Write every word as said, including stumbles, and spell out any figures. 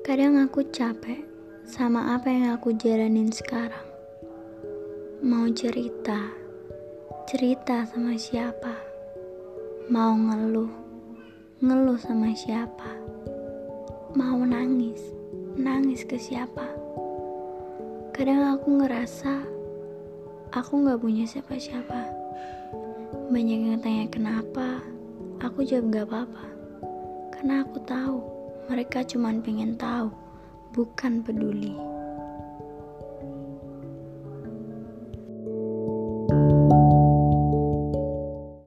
Kadang aku capek sama apa yang aku jalanin sekarang. Mau cerita, cerita sama siapa? Mau ngeluh, ngeluh sama siapa? Mau nangis, nangis ke siapa? Kadang aku ngerasa aku gak punya siapa-siapa. Banyak yang tanya kenapa, aku jawab gak apa-apa. Karena aku tahu mereka cuma pengen tahu, bukan peduli.